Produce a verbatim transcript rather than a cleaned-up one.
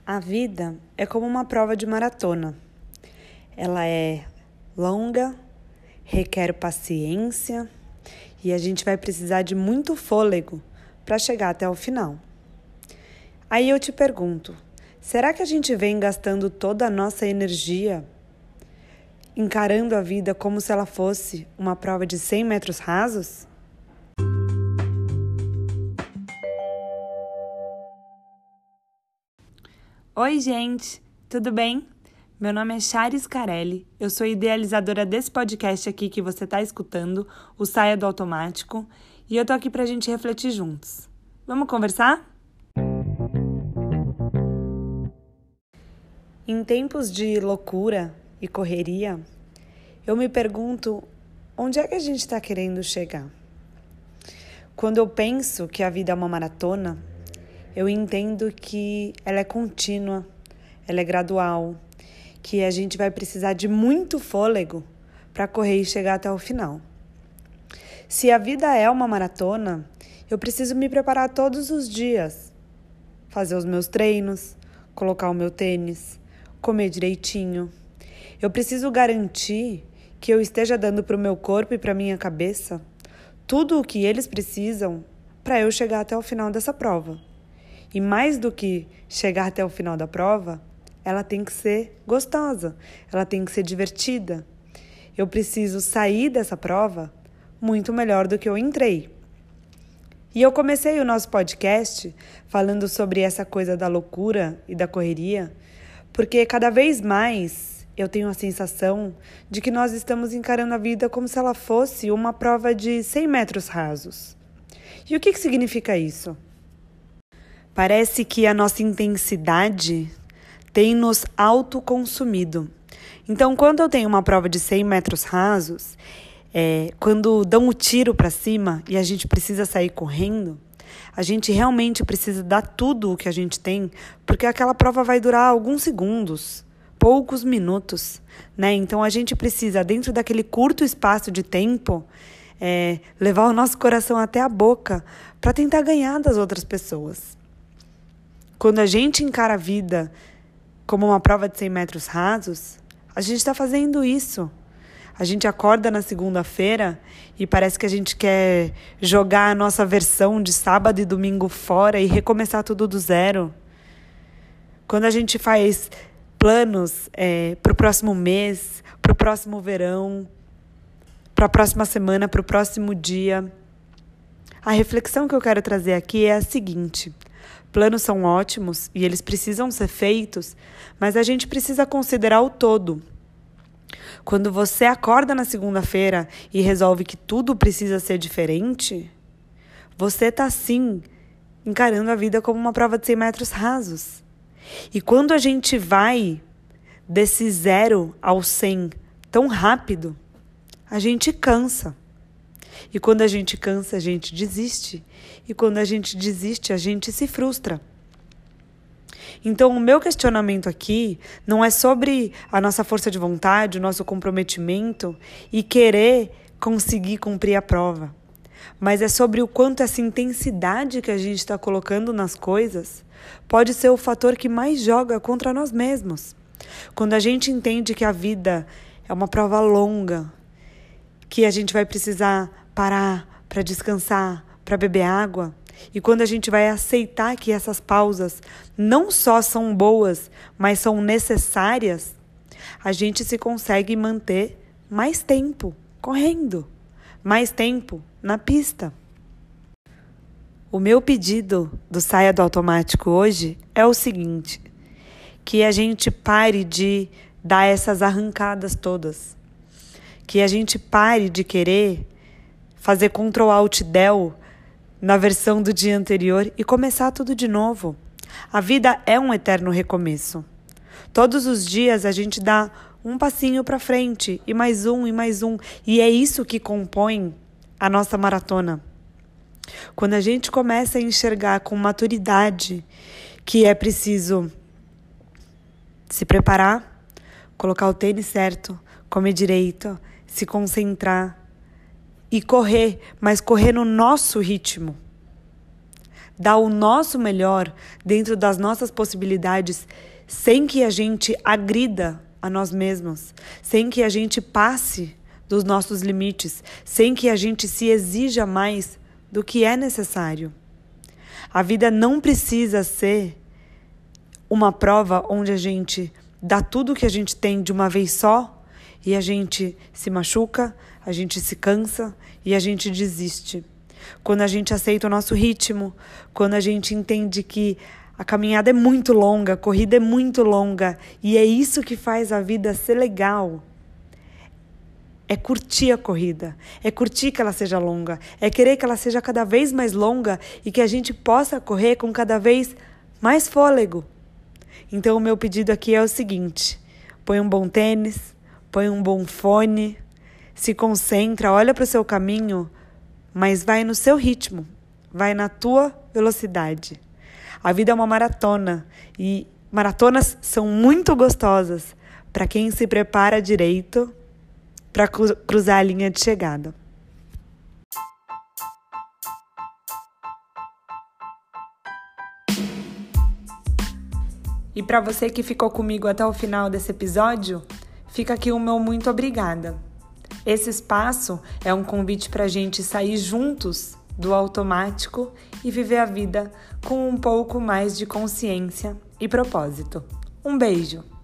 A vida é como uma prova de maratona. Ela é longa, requer paciência e a gente vai precisar de muito fôlego para chegar até o final. Aí eu te pergunto, será que a gente vem gastando toda a nossa energia encarando a vida como se ela fosse uma prova de cem metros rasos? Oi, gente, tudo bem? Meu nome é Charis Carelli, eu sou idealizadora desse podcast aqui que você está escutando, o Saia do Automático, e eu tô aqui pra gente refletir juntos. Vamos conversar? Em tempos de loucura e correria, eu me pergunto onde é que a gente está querendo chegar. Quando eu penso que a vida é uma maratona, eu entendo que ela é contínua, ela é gradual, que a gente vai precisar de muito fôlego para correr e chegar até o final. Se a vida é uma maratona, eu preciso me preparar todos os dias, fazer os meus treinos, colocar o meu tênis, comer direitinho. Eu preciso garantir que eu esteja dando para o meu corpo e para a minha cabeça tudo o que eles precisam para eu chegar até o final dessa prova. E mais do que chegar até o final da prova, ela tem que ser gostosa, ela tem que ser divertida. Eu preciso sair dessa prova muito melhor do que eu entrei. E eu comecei o nosso podcast falando sobre essa coisa da loucura e da correria, porque cada vez mais eu tenho a sensação de que nós estamos encarando a vida como se ela fosse uma prova de cem metros rasos. E o que que significa isso? Parece que a nossa intensidade tem nos autoconsumido. Então, quando eu tenho uma prova de cem metros rasos, é, quando dão o tiro para cima e a gente precisa sair correndo, a gente realmente precisa dar tudo o que a gente tem, porque aquela prova vai durar alguns segundos, poucos minutos, né? Então, a gente precisa, dentro daquele curto espaço de tempo, é, levar o nosso coração até a boca para tentar ganhar das outras pessoas. Quando a gente encara a vida como uma prova de cem metros rasos, a gente está fazendo isso. A gente acorda na segunda-feira e parece que a gente quer jogar a nossa versão de sábado e domingo fora e recomeçar tudo do zero. Quando a gente faz planos é, para o próximo mês, para o próximo verão, para a próxima semana, para o próximo dia, a reflexão que eu quero trazer aqui é a seguinte: planos são ótimos e eles precisam ser feitos, mas a gente precisa considerar o todo. Quando você acorda na segunda-feira e resolve que tudo precisa ser diferente, você está, sim, encarando a vida como uma prova de cem metros rasos. E quando a gente vai desse zero ao cem tão rápido, a gente cansa. E quando a gente cansa, a gente desiste. E quando a gente desiste, a gente se frustra. Então, o meu questionamento aqui não é sobre a nossa força de vontade, o nosso comprometimento e querer conseguir cumprir a prova. Mas é sobre o quanto essa intensidade que a gente está colocando nas coisas pode ser o fator que mais joga contra nós mesmos. Quando a gente entende que a vida é uma prova longa, que a gente vai precisar parar para descansar, para beber água. E quando a gente vai aceitar que essas pausas não só são boas, mas são necessárias, a gente se consegue manter mais tempo correndo, mais tempo na pista. O meu pedido do Saia do Automático hoje é o seguinte: que a gente pare de dar essas arrancadas todas. Que a gente pare de querer fazer Ctrl Alt Del na versão do dia anterior e começar tudo de novo. A vida é um eterno recomeço. Todos os dias a gente dá um passinho para frente e mais um e mais um. E é isso que compõe a nossa maratona. Quando a gente começa a enxergar com maturidade que é preciso se preparar, colocar o tênis certo, comer direito, se concentrar e correr, mas correr no nosso ritmo. dar o nosso melhor dentro das nossas possibilidades, sem que a gente agrida a nós mesmos, sem que a gente passe dos nossos limites, sem que a gente se exija mais do que é necessário. A vida não precisa ser uma prova onde a gente dá tudo que a gente tem de uma vez só e a gente se machuca, a gente se cansa e a gente desiste. Quando a gente aceita o nosso ritmo, quando a gente entende que a caminhada é muito longa, a corrida é muito longa e é isso que faz a vida ser legal. É curtir a corrida, é curtir que ela seja longa, é querer que ela seja cada vez mais longa e que a gente possa correr com cada vez mais fôlego. Então o meu pedido aqui é o seguinte: põe um bom tênis, põe um bom fone, se concentra, olha para o seu caminho, mas vai no seu ritmo, vai na tua velocidade. A vida é uma maratona e maratonas são muito gostosas para quem se prepara direito para cruzar a linha de chegada. E para você que ficou comigo até o final desse episódio, fica aqui o meu muito obrigada. Esse espaço é um convite para a gente sair juntos do automático e viver a vida com um pouco mais de consciência e propósito. Um beijo!